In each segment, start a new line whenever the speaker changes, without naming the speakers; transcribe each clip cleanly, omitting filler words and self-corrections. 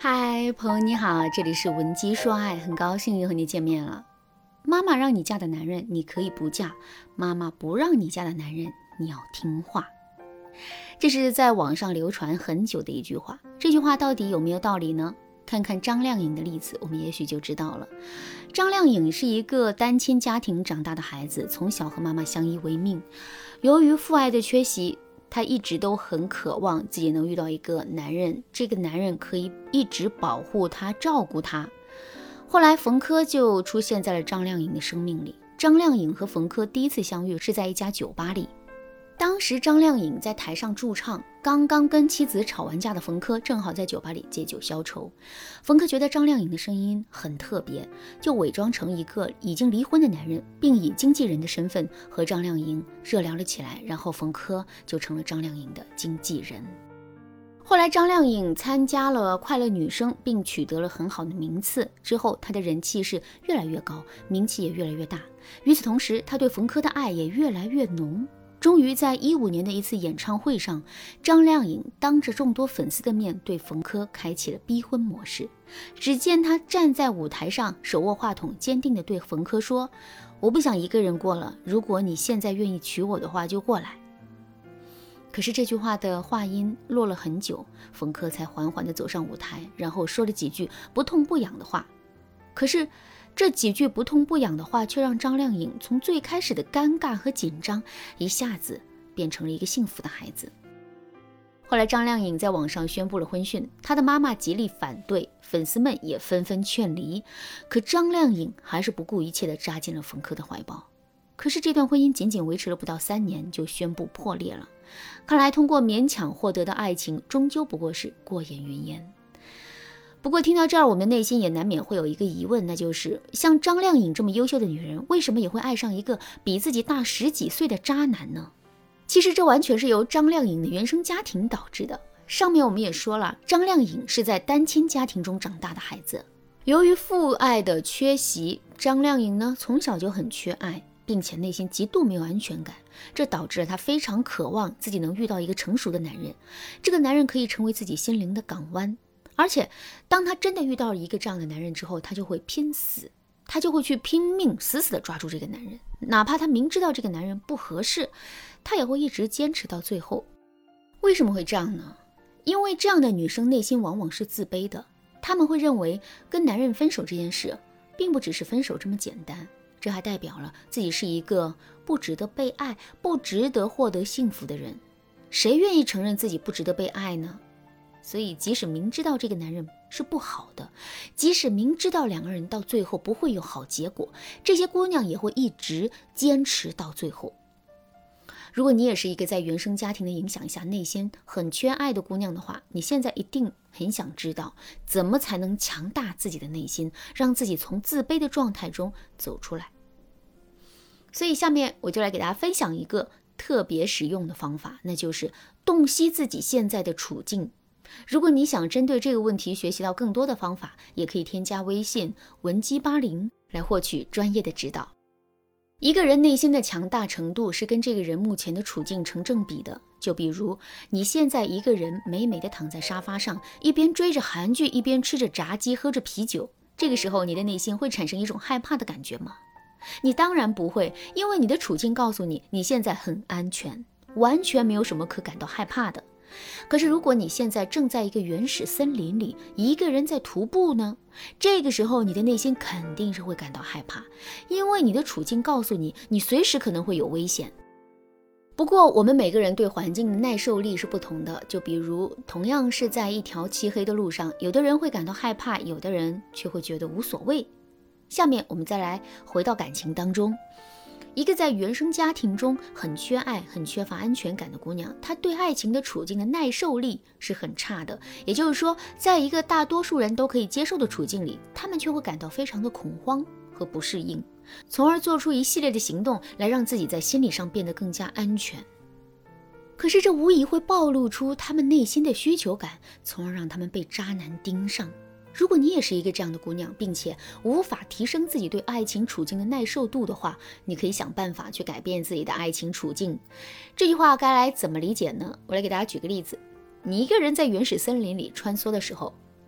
嗨，朋友你好，这里是文姬说爱，很高兴又和你见面了。妈妈让你嫁的男人，你可以不嫁；妈妈不让你嫁的男人，你要听话。这是在网上流传很久的一句话，这句话到底有没有道理呢？看看张靓颖的例子，我们也许就知道了。张靓颖是一个单亲家庭长大的孩子，从小和妈妈相依为命。由于父爱的缺席，她一直都很渴望自己能遇到一个男人，这个男人可以一直保护她、照顾她。后来冯轲就出现在了张靓颖的生命里。张靓颖和冯轲第一次相遇是在一家酒吧里，当时张靓颖在台上驻唱，刚刚跟妻子吵完架的冯轲正好在酒吧里借酒消愁。冯轲觉得张靓颖的声音很特别，就伪装成一个已经离婚的男人，并以经纪人的身份和张靓颖热聊了起来，然后冯轲就成了张靓颖的经纪人。后来张靓颖参加了快乐女声，并取得了很好的名次，之后她的人气是越来越高，名气也越来越大。与此同时，她对冯轲的爱也越来越浓。终于在15年的一次演唱会上，张靓颖当着众多粉丝的面对冯轲开启了逼婚模式。只见她站在舞台上，手握话筒，坚定地对冯轲说：我不想一个人过了，如果你现在愿意娶我的话就过来。可是这句话的话音落了很久，冯轲才缓缓地走上舞台，然后说了几句不痛不痒的话。可是这几句不痛不痒的话却让张靓颖从最开始的尴尬和紧张，一下子变成了一个幸福的孩子。后来张靓颖在网上宣布了婚讯，她的妈妈极力反对，粉丝们也纷纷劝离，可张靓颖还是不顾一切地扎进了冯轲的怀抱。可是这段婚姻仅仅维持了不到3年就宣布破裂了。看来通过勉强获得的爱情终究不过是过眼云烟。不过听到这儿，我们内心也难免会有一个疑问，那就是像张靓颖这么优秀的女人，为什么也会爱上一个比自己大10几岁的渣男呢？其实这完全是由张靓颖的原生家庭导致的。上面我们也说了，张靓颖是在单亲家庭中长大的孩子，由于父爱的缺席，张靓颖呢从小就很缺爱，并且内心极度没有安全感，这导致了她非常渴望自己能遇到一个成熟的男人，这个男人可以成为自己心灵的港湾。而且当她真的遇到了一个这样的男人之后，她就会拼死，她就会去拼命死死地抓住这个男人，哪怕她明知道这个男人不合适，她也会一直坚持到最后。为什么会这样呢？因为这样的女生内心往往是自卑的，她们会认为跟男人分手这件事并不只是分手这么简单，这还代表了自己是一个不值得被爱、不值得获得幸福的人。谁愿意承认自己不值得被爱呢？所以即使明知道这个男人是不好的，即使明知道两个人到最后不会有好结果，这些姑娘也会一直坚持到最后。如果你也是一个在原生家庭的影响下内心很缺爱的姑娘的话，你现在一定很想知道怎么才能强大自己的内心，让自己从自卑的状态中走出来。所以下面我就来给大家分享一个特别实用的方法，那就是洞悉自己现在的处境。如果你想针对这个问题学习到更多的方法，也可以添加微信文姬80来获取专业的指导。一个人内心的强大程度是跟这个人目前的处境成正比的。就比如你现在一个人美美的躺在沙发上，一边追着韩剧，一边吃着炸鸡，喝着啤酒，这个时候你的内心会产生一种害怕的感觉吗？你当然不会，因为你的处境告诉你，你现在很安全，完全没有什么可感到害怕的。可是如果你现在正在一个原始森林里，一个人在徒步呢，这个时候你的内心肯定是会感到害怕，因为你的处境告诉你，你随时可能会有危险。不过我们每个人对环境的耐受力是不同的，就比如同样是在一条漆黑的路上，有的人会感到害怕，有的人却会觉得无所谓。下面我们再来回到感情当中，一个在原生家庭中很缺爱、很缺乏安全感的姑娘，她对爱情的处境的耐受力是很差的。也就是说，在一个大多数人都可以接受的处境里，她们却会感到非常的恐慌和不适应，从而做出一系列的行动来让自己在心理上变得更加安全。可是这无疑会暴露出她们内心的需求感，从而让她们被渣男盯上。如果你也是一个这样的姑娘，并且无法提升自己对爱情处境的耐受度的话，你可以想办法去改变自己的爱情处境。这句话该来怎么理解呢？我来给大家举个例子。你一个人在原始森林里穿梭的时候，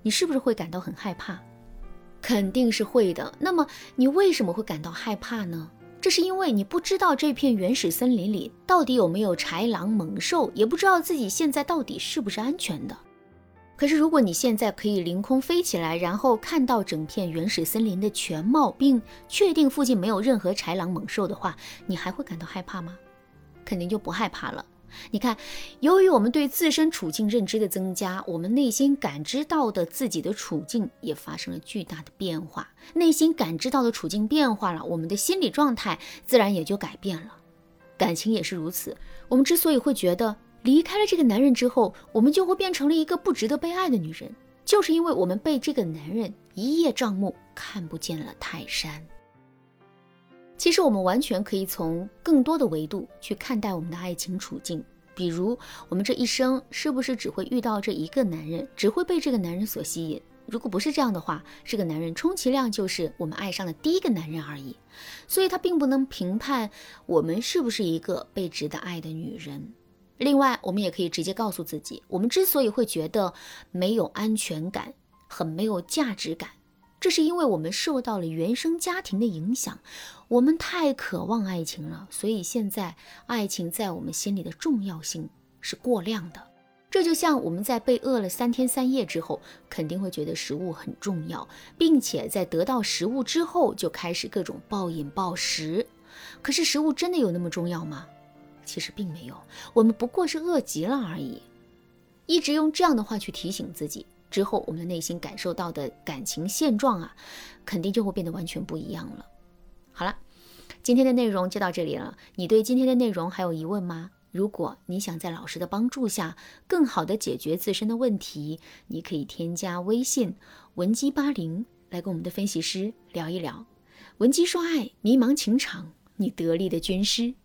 你是不是会感到很害怕？肯定是会的。那么你为什么会感到害怕呢？这是因为你不知道这片原始森林里到底有没有豺狼猛兽，也不知道自己现在到底是不是安全的。可是如果你现在可以凌空飞起来，然后看到整片原始森林的全貌，并确定附近没有任何豺狼猛兽的话，你还会感到害怕吗？肯定就不害怕了。你看，由于我们对自身处境认知的增加，我们内心感知到的自己的处境也发生了巨大的变化。内心感知到的处境变化了，我们的心理状态自然也就改变了。感情也是如此，我们之所以会觉得离开了这个男人之后，我们就会变成了一个不值得被爱的女人，就是因为我们被这个男人一叶障目，看不见了泰山。其实我们完全可以从更多的维度去看待我们的爱情处境，比如我们这一生是不是只会遇到这一个男人，只会被这个男人所吸引？如果不是这样的话，这个男人充其量就是我们爱上的第一个男人而已，所以他并不能评判我们是不是一个被值得爱的女人。另外，我们也可以直接告诉自己，我们之所以会觉得没有安全感，很没有价值感，这是因为我们受到了原生家庭的影响，我们太渴望爱情了，所以现在爱情在我们心里的重要性是过量的。这就像我们在被饿了3天3夜之后，肯定会觉得食物很重要，并且在得到食物之后就开始各种暴饮暴食。可是食物真的有那么重要吗？其实并没有，我们不过是饿极了而已。一直用这样的话去提醒自己，之后我们的内心感受到的感情现状啊，肯定就会变得完全不一样了。好了，今天的内容就到这里了。你对今天的内容还有疑问吗？如果你想在老师的帮助下更好地解决自身的问题，你可以添加微信文姬80来跟我们的分析师聊一聊。文姬说爱，迷茫情场，你得力的军师。